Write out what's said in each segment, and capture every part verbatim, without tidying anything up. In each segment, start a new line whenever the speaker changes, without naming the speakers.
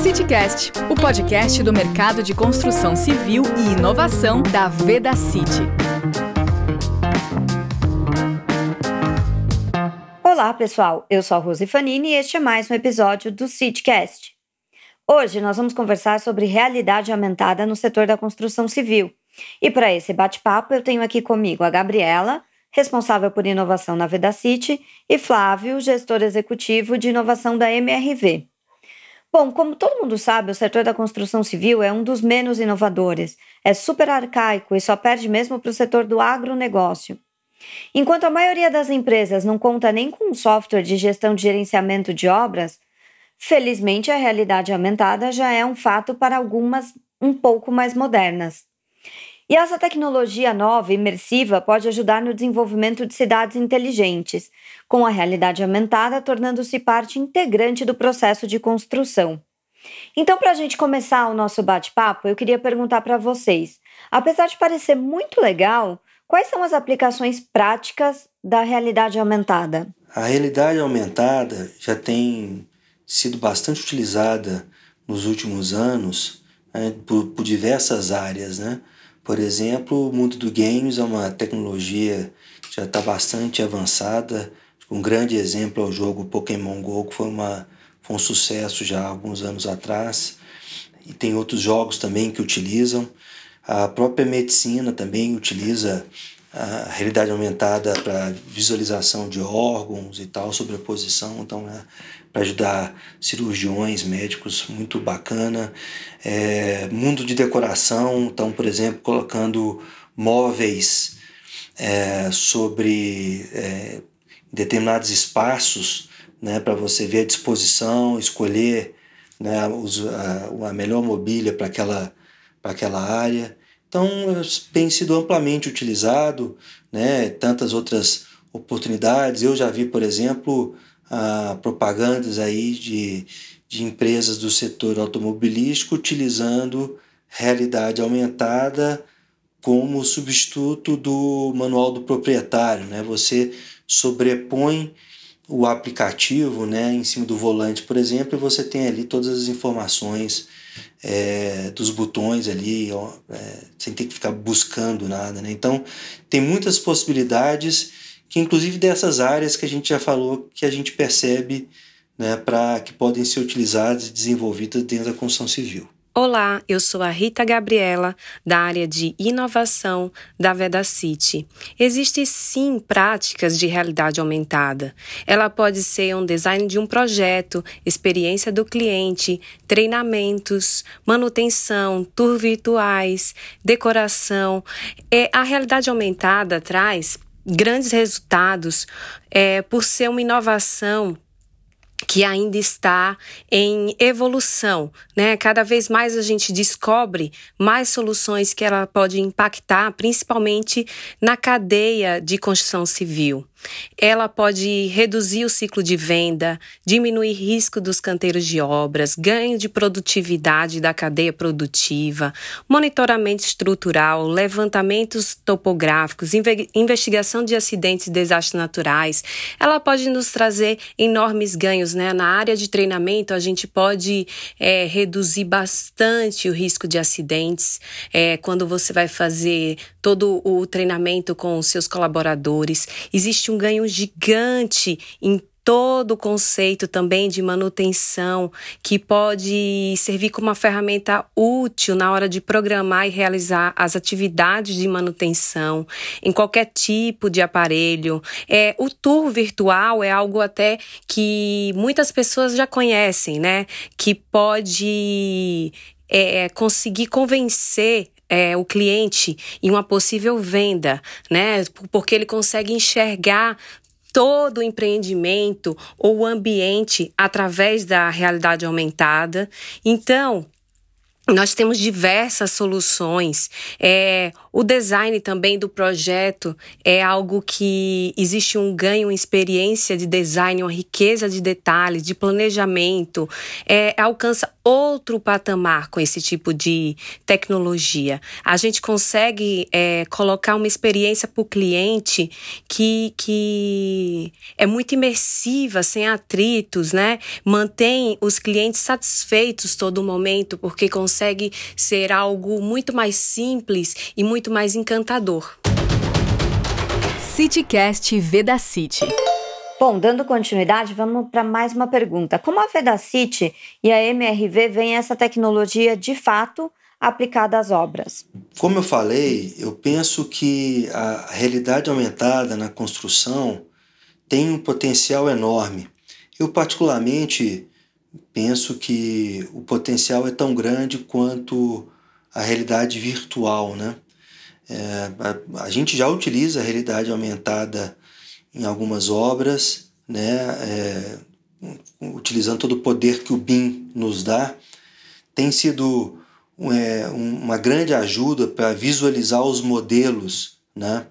CityCast, o podcast do mercado de construção civil e inovação da Vedacity.
Olá, pessoal. Eu sou a Rose Fanini e este é mais um episódio do CityCast. Hoje nós vamos conversar sobre realidade aumentada no setor da construção civil. E para esse bate-papo eu tenho aqui comigo a Gabriela, responsável por inovação na Vedacity, e Flávio, gestor executivo de inovação da M R V. Bom, como todo mundo sabe, o setor da construção civil é um dos menos inovadores, é super arcaico e só perde mesmo para o setor do agronegócio. Enquanto a maioria das empresas não conta nem com um software de gestão de gerenciamento de obras, felizmente a realidade aumentada já é um fato para algumas um pouco mais modernas. E essa tecnologia nova e imersiva pode ajudar no desenvolvimento de cidades inteligentes, com a realidade aumentada tornando-se parte integrante do processo de construção. Então, para a gente começar o nosso bate-papo, eu queria perguntar para vocês, apesar de parecer muito legal, quais são as aplicações práticas da realidade aumentada?
A realidade aumentada já tem sido bastante utilizada nos últimos anos, né, por, por diversas áreas, né? Por exemplo, o mundo do games é uma tecnologia que já está bastante avançada. Um grande exemplo é o jogo Pokémon Go, que foi, uma, foi um sucesso já há alguns anos atrás. E tem outros jogos também que utilizam. A própria medicina também utiliza a realidade aumentada para visualização de órgãos e tal, sobreposição. Então, é para ajudar cirurgiões, médicos, muito bacana. É, mundo de decoração, então, por exemplo, colocando móveis é, sobre é, determinados espaços, né, para você ver a disposição, escolher, né, os, a, a melhor mobília para aquela, para aquela área. Então, tem sido amplamente utilizado, né, tantas outras oportunidades. Eu já vi, por exemplo, a propagandas aí de, de empresas do setor automobilístico utilizando realidade aumentada como substituto do manual do proprietário, né? Você sobrepõe o aplicativo, né, em cima do volante, por exemplo, e você tem ali todas as informações é, dos botões ali, ó, é, sem ter que ficar buscando nada, né? Então, tem muitas possibilidades, que inclusive dessas áreas que a gente já falou, que a gente percebe, né, para que podem ser utilizadas e desenvolvidas dentro da construção civil.
Olá, eu sou a Rita Gabriela, da área de inovação da Vedacity. Existem sim práticas de realidade aumentada. Ela pode ser um design de um projeto, experiência do cliente, treinamentos, manutenção, tour virtuais, decoração. É, a realidade aumentada traz grandes resultados é, por ser uma inovação que ainda está em evolução, né? Cada vez mais a gente descobre mais soluções que ela pode impactar, principalmente na cadeia de construção civil. Ela pode reduzir o ciclo de venda, diminuir risco dos canteiros de obras, ganho de produtividade da cadeia produtiva, monitoramento estrutural, levantamentos topográficos, inve- investigação de acidentes e desastres naturais. Ela pode nos trazer enormes ganhos, né? Na área de treinamento, a gente pode é, reduzir bastante o risco de acidentes é, quando você vai fazer todo o treinamento com os seus colaboradores. Existe um ganho gigante em todo o conceito também de manutenção, que pode servir como uma ferramenta útil na hora de programar e realizar as atividades de manutenção em qualquer tipo de aparelho. É, o tour virtual é algo até que muitas pessoas já conhecem, né? Que pode é, conseguir convencer É, o cliente em uma possível venda, né? Porque ele consegue enxergar todo o empreendimento ou o ambiente através da realidade aumentada. Então, nós temos diversas soluções. É, o design também do projeto é algo que existe um ganho em experiência de design, uma riqueza de detalhes, de planejamento, é, alcança outro patamar com esse tipo de tecnologia. A gente consegue é, colocar uma experiência para o cliente que, que é muito imersiva, sem atritos, né? Mantém os clientes satisfeitos todo momento, porque consegue ser algo muito mais simples e muito mais encantador.
CityCast Vedacity.
Bom, dando continuidade, vamos para mais uma pergunta. Como a Vedacity e a M R V veem essa tecnologia de fato aplicada às obras?
Como eu falei, eu penso que a realidade aumentada na construção tem um potencial enorme. Eu particularmente penso que o potencial é tão grande quanto a realidade virtual, né? É, a, a gente já utiliza a realidade aumentada em algumas obras, né, é, utilizando todo o poder que o B I M nos dá. Tem sido é, uma grande ajuda para visualizar os modelos, né,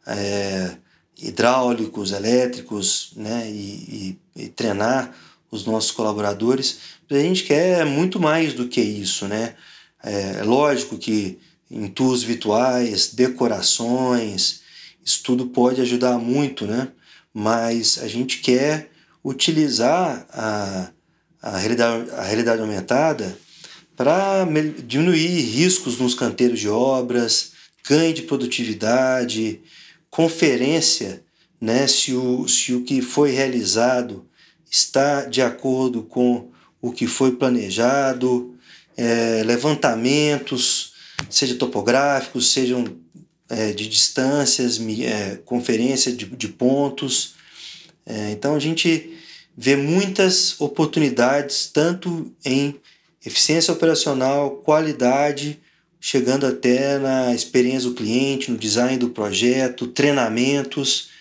é, hidráulicos, elétricos, né, e, e, e treinar os nossos colaboradores. A gente quer muito mais do que isso, né? É, é lógico que em tours virtuais, decorações, isso tudo pode ajudar muito, né? Mas a gente quer utilizar a, a, realidade, a realidade aumentada para diminuir riscos nos canteiros de obras, ganho de produtividade, conferência, né? Se o, se o que foi realizado está de acordo com o que foi planejado, é, levantamentos, seja topográficos, sejam é, de distâncias, é, conferência de, de pontos. É, então a gente vê muitas oportunidades, tanto em eficiência operacional, qualidade, chegando até na experiência do cliente, no design do projeto, treinamentos.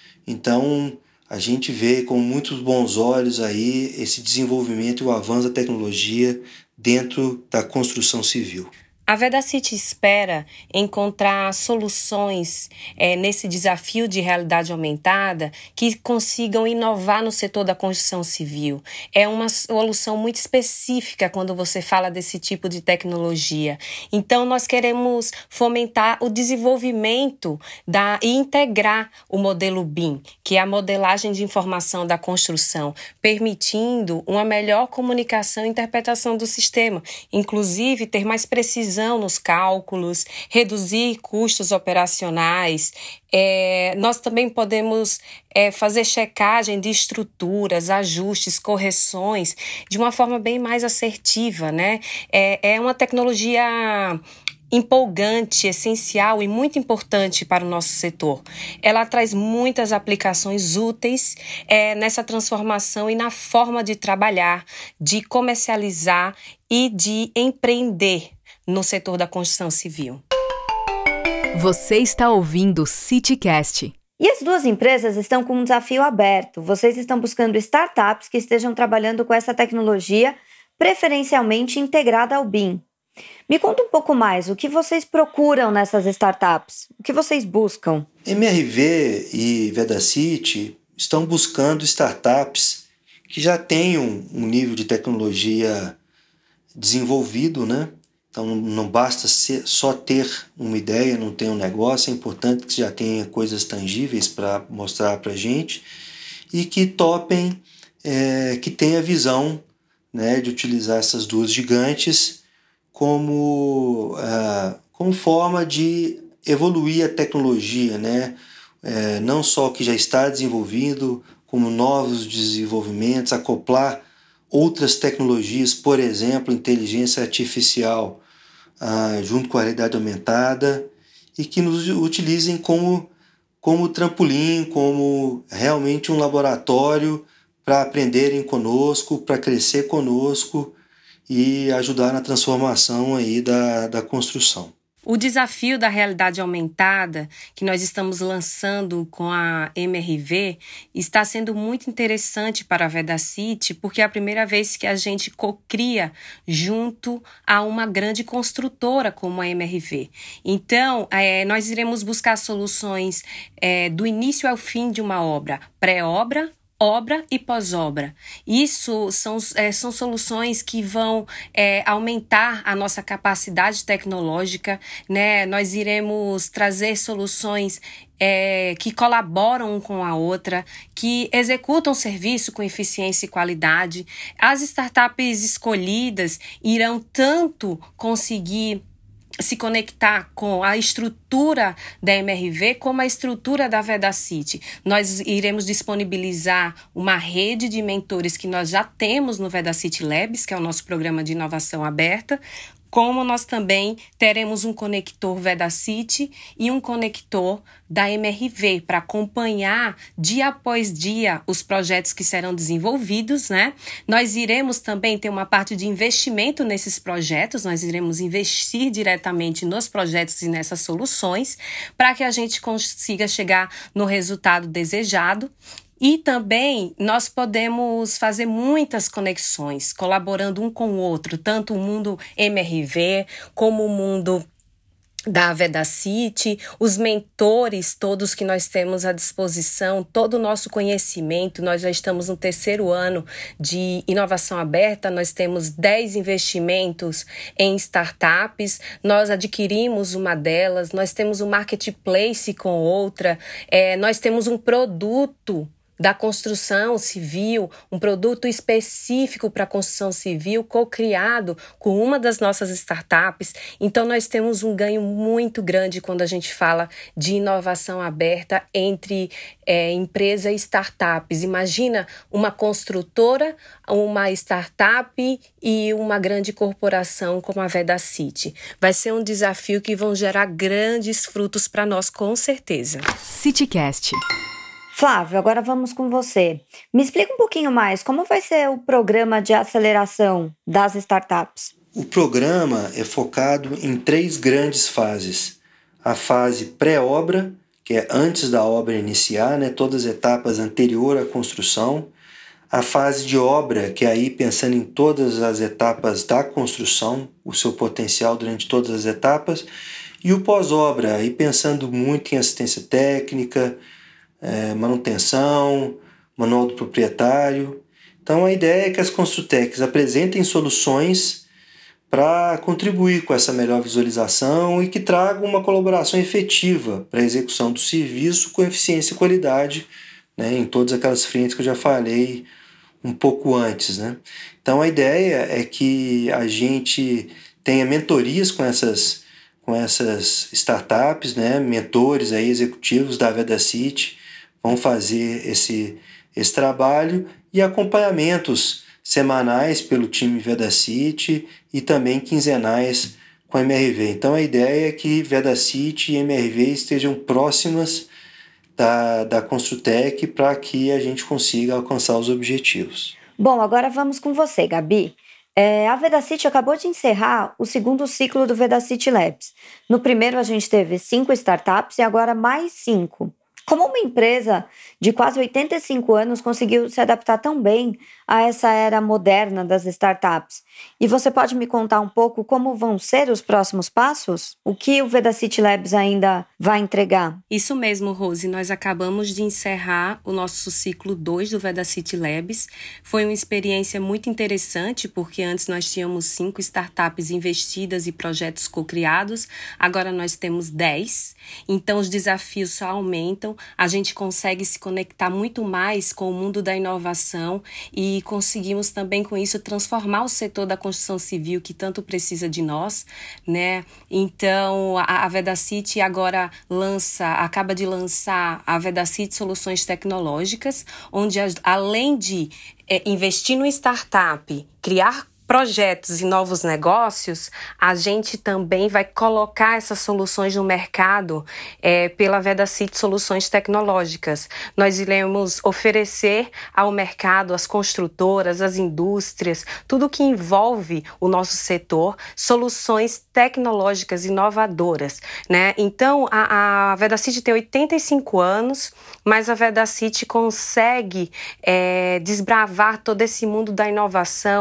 Então a gente vê com muitos bons olhos aí esse desenvolvimento e o avanço da tecnologia dentro da construção civil.
A Vedacity espera encontrar soluções é, nesse desafio de realidade aumentada que consigam inovar no setor da construção civil. É uma solução muito específica quando você fala desse tipo de tecnologia. Então, nós queremos fomentar o desenvolvimento da, e integrar o modelo B I M, que é a modelagem de informação da construção, permitindo uma melhor comunicação e interpretação do sistema, inclusive ter mais precisão nos cálculos, reduzir custos operacionais. É, nós também podemos é, fazer checagem de estruturas, ajustes, correções de uma forma bem mais assertiva, né? É, é uma tecnologia empolgante, essencial e muito importante para o nosso setor. Ela traz muitas aplicações úteis é, nessa transformação e na forma de trabalhar, de comercializar e de empreender no setor da construção civil.
Você está ouvindo o CityCast.
E as duas empresas estão com um desafio aberto. Vocês estão buscando startups que estejam trabalhando com essa tecnologia, preferencialmente integrada ao B I M. Me conta um pouco mais, o que vocês procuram nessas startups? O que vocês buscam?
M R V e Vedacity estão buscando startups que já tenham um nível de tecnologia desenvolvido, né? Então não basta ser, só ter uma ideia, não ter um negócio, é importante que já tenha coisas tangíveis para mostrar para a gente e que topem, é, que tenha visão, né, de utilizar essas duas gigantes como, uh, como forma de evoluir a tecnologia, né? É, não só o que já está desenvolvido, como novos desenvolvimentos, acoplar outras tecnologias, por exemplo, inteligência artificial, uh, junto com a realidade aumentada, e que nos utilizem como, como trampolim, como realmente um laboratório para aprenderem conosco, para crescer conosco e ajudar na transformação aí da, da construção.
O desafio da realidade aumentada que nós estamos lançando com a M R V está sendo muito interessante para a Vedacity, porque é a primeira vez que a gente cocria junto a uma grande construtora como a M R V. Então, é, nós iremos buscar soluções é, do início ao fim de uma obra, pré-obra, obra e pós-obra. Isso são, é, são soluções que vão é, aumentar a nossa capacidade tecnológica, né? Nós iremos trazer soluções é, que colaboram um com a outra, que executam o serviço com eficiência e qualidade. As startups escolhidas irão tanto conseguir se conectar com a estrutura da M R V como a estrutura da Vedacity. Nós iremos disponibilizar uma rede de mentores que nós já temos no Vedacity Labs, que é o nosso programa de inovação aberta, como nós também teremos um conector Vedacity e um conector da M R V para acompanhar dia após dia os projetos que serão desenvolvidos, né? Nós iremos também ter uma parte de investimento nesses projetos, nós iremos investir diretamente nos projetos e nessas soluções para que a gente consiga chegar no resultado desejado. E também nós podemos fazer muitas conexões, colaborando um com o outro, tanto o mundo M R V como o mundo da Vedacity, os mentores todos que nós temos à disposição, todo o nosso conhecimento. Nós já estamos no terceiro ano de inovação aberta, nós temos dez investimentos em startups, nós adquirimos uma delas, nós temos um marketplace com outra, é, nós temos um produto da construção civil, um produto específico para a construção civil, co-criado com uma das nossas startups. Então, nós temos um ganho muito grande quando a gente fala de inovação aberta entre é, empresa e startups. Imagina uma construtora, uma startup e uma grande corporação como a Vedacity. Vai ser um desafio que vão gerar grandes frutos para nós, com certeza.
CityCast.
Flávio, agora vamos com você. Me explica um pouquinho mais como vai ser o programa de aceleração das startups.
O programa é focado em três grandes fases. A fase pré-obra, que é antes da obra iniciar, né, todas as etapas anterior à construção. A fase de obra, que é aí pensando em todas as etapas da construção, o seu potencial durante todas as etapas. E o pós-obra, aí pensando muito em assistência técnica, É, manutenção, manual do proprietário. Então a ideia é que as Construtechs apresentem soluções para contribuir com essa melhor visualização e que tragam uma colaboração efetiva para a execução do serviço com eficiência e qualidade, né, em todas aquelas frentes que eu já falei um pouco antes, né? Então a ideia é que a gente tenha mentorias com essas, com essas startups, né, mentores aí, executivos da Vedacity, vão fazer esse, esse trabalho e acompanhamentos semanais pelo time Vedacity e também quinzenais com a M R V. Então a ideia é que Vedacity e M R V estejam próximas da, da Construtech para que a gente consiga alcançar os objetivos.
Bom, agora vamos com você, Gabi. É, a Vedacity acabou de encerrar o segundo ciclo do Vedacity Labs. No primeiro a gente teve cinco startups e agora mais cinco. Como uma empresa de quase oitenta e cinco anos conseguiu se adaptar tão bem a essa era moderna das startups? E você pode me contar um pouco como vão ser os próximos passos? O que o Vedacity Labs ainda vai entregar?
Isso mesmo, Rose. Nós acabamos de encerrar o nosso ciclo dois do Vedacity Labs. Foi uma experiência muito interessante, porque antes nós tínhamos cinco startups investidas e projetos co-criados. Agora nós temos dez. Então os desafios só aumentam. A gente consegue se conectar muito mais com o mundo da inovação e conseguimos também com isso transformar o setor da construção civil que tanto precisa de nós, né? Então a, a Vedacity agora lança, acaba de lançar a Vedacity Soluções Tecnológicas, onde a, além de é, investir no startup, criar projetos e novos negócios, a gente também vai colocar essas soluções no mercado é, pela Vedacity Soluções Tecnológicas. Nós iremos oferecer ao mercado, às construtoras, às indústrias, tudo que envolve o nosso setor, soluções tecnológicas inovadoras, né? Então, a, a Vedacity tem oitenta e cinco anos, mas a Vedacity consegue é, desbravar todo esse mundo da inovação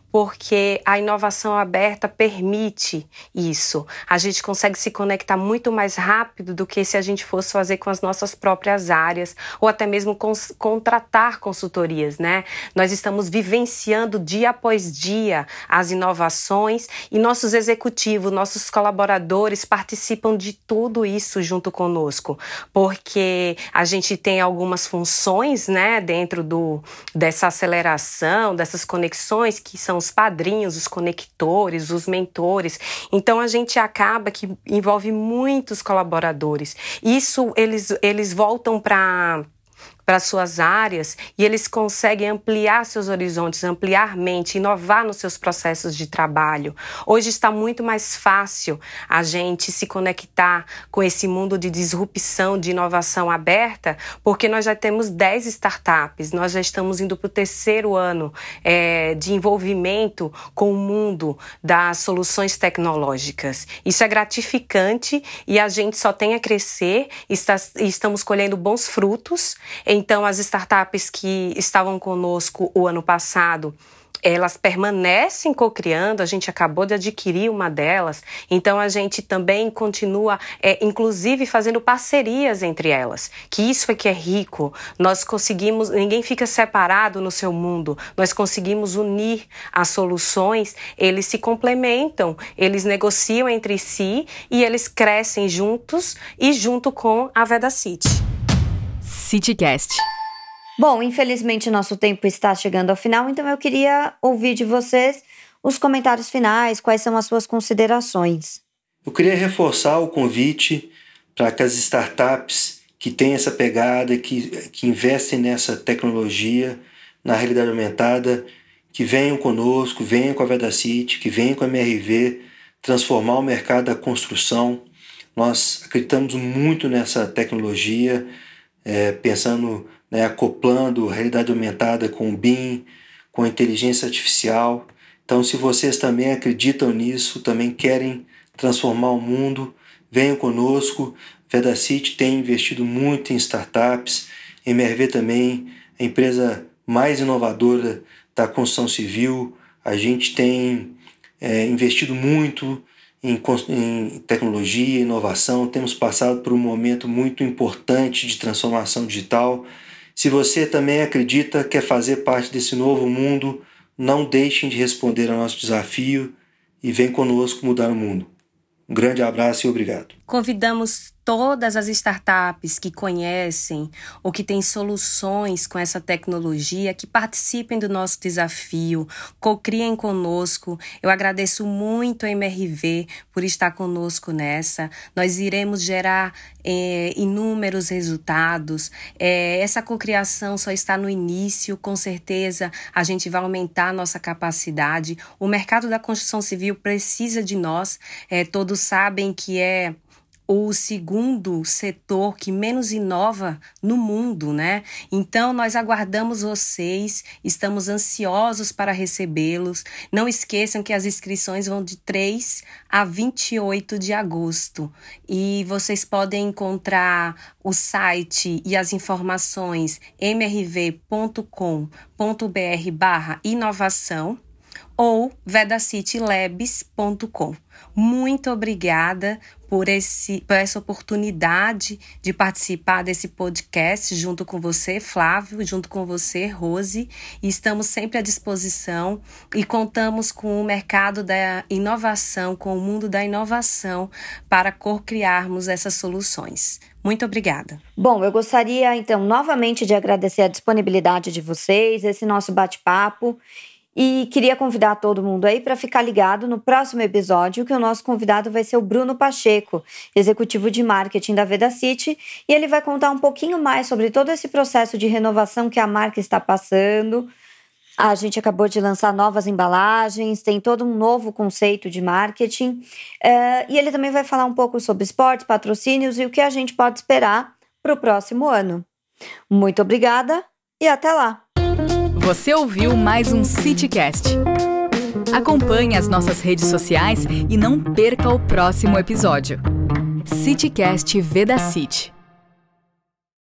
porque a inovação aberta permite isso. A gente consegue se conectar muito mais rápido do que se a gente fosse fazer com as nossas próprias áreas, ou até mesmo cons- contratar consultorias, né? Nós estamos vivenciando dia após dia as inovações e nossos executivos, nossos colaboradores participam de tudo isso junto conosco, porque a gente tem algumas funções, né, dentro do, dessa aceleração, dessas conexões, que são os padrinhos, os conectores, os mentores. Então, a gente acaba que envolve muitos colaboradores. Isso, eles, eles voltam para... para suas áreas e eles conseguem ampliar seus horizontes, ampliar mente, inovar nos seus processos de trabalho. Hoje está muito mais fácil a gente se conectar com esse mundo de disrupção, de inovação aberta, porque nós já temos dez startups, nós já estamos indo para o terceiro ano é, de envolvimento com o mundo das soluções tecnológicas. Isso é gratificante e a gente só tem a crescer, está, estamos colhendo bons frutos. Então, as startups que estavam conosco o ano passado, elas permanecem co-criando, a gente acabou de adquirir uma delas, então a gente também continua, é, inclusive, fazendo parcerias entre elas, que isso é que é rico. Nós conseguimos, ninguém fica separado no seu mundo, nós conseguimos unir as soluções, eles se complementam, eles negociam entre si e eles crescem juntos e junto com a Vedacity.
CityCast.
Bom, infelizmente nosso tempo está chegando ao final, então eu queria ouvir de vocês os comentários finais, quais são as suas considerações.
Eu queria reforçar o convite para que as startups que têm essa pegada, que, que investem nessa tecnologia, na realidade aumentada, que venham conosco, venham com a Vedacity, que venham com a M R V, transformar o mercado da construção. Nós acreditamos muito nessa tecnologia, É, pensando, né, acoplando realidade aumentada com o B I M, com a inteligência artificial. Então, se vocês também acreditam nisso, também querem transformar o mundo, venham conosco. Vedacity tem investido muito em startups, M R V também, a empresa mais inovadora da construção civil. A gente tem é, investido muito Em, em tecnologia, inovação, temos passado por um momento muito importante de transformação digital. Se você também acredita, quer fazer parte desse novo mundo, não deixem de responder ao nosso desafio e vem conosco mudar o mundo. Um grande abraço e obrigado.
Convidamos todas as startups que conhecem ou que têm soluções com essa tecnologia que participem do nosso desafio, co-criem conosco. Eu agradeço muito a M R V por estar conosco nessa. Nós iremos gerar é, inúmeros resultados. É, essa cocriação só está no início, com certeza a gente vai aumentar a nossa capacidade. O mercado da construção civil precisa de nós. É, todos sabem que é o segundo setor que menos inova no mundo, né? Então, nós aguardamos vocês, estamos ansiosos para recebê-los. Não esqueçam que as inscrições vão de três a vinte e oito de agosto. E vocês podem encontrar o site e as informações m r v ponto com ponto b r barra inovação ou vedacity labs ponto com. Muito obrigada por, esse, por essa oportunidade de participar desse podcast junto com você, Flávio, junto com você, Rose. E estamos sempre à disposição e contamos com o mercado da inovação, com o mundo da inovação para co-criarmos essas soluções. Muito obrigada.
Bom, eu gostaria então novamente de agradecer a disponibilidade de vocês, esse nosso bate-papo. E queria convidar todo mundo aí para ficar ligado no próximo episódio, que o nosso convidado vai ser o Bruno Pacheco, executivo de marketing da Vedacity, e ele vai contar um pouquinho mais sobre todo esse processo de renovação que a marca está passando. A gente acabou de lançar novas embalagens, tem todo um novo conceito de marketing. É, e ele também vai falar um pouco sobre esportes, patrocínios e o que a gente pode esperar para o próximo ano. Muito obrigada e até lá!
Você ouviu mais um CityCast. Acompanhe as nossas redes sociais e não perca o próximo episódio. CityCast Vedacity.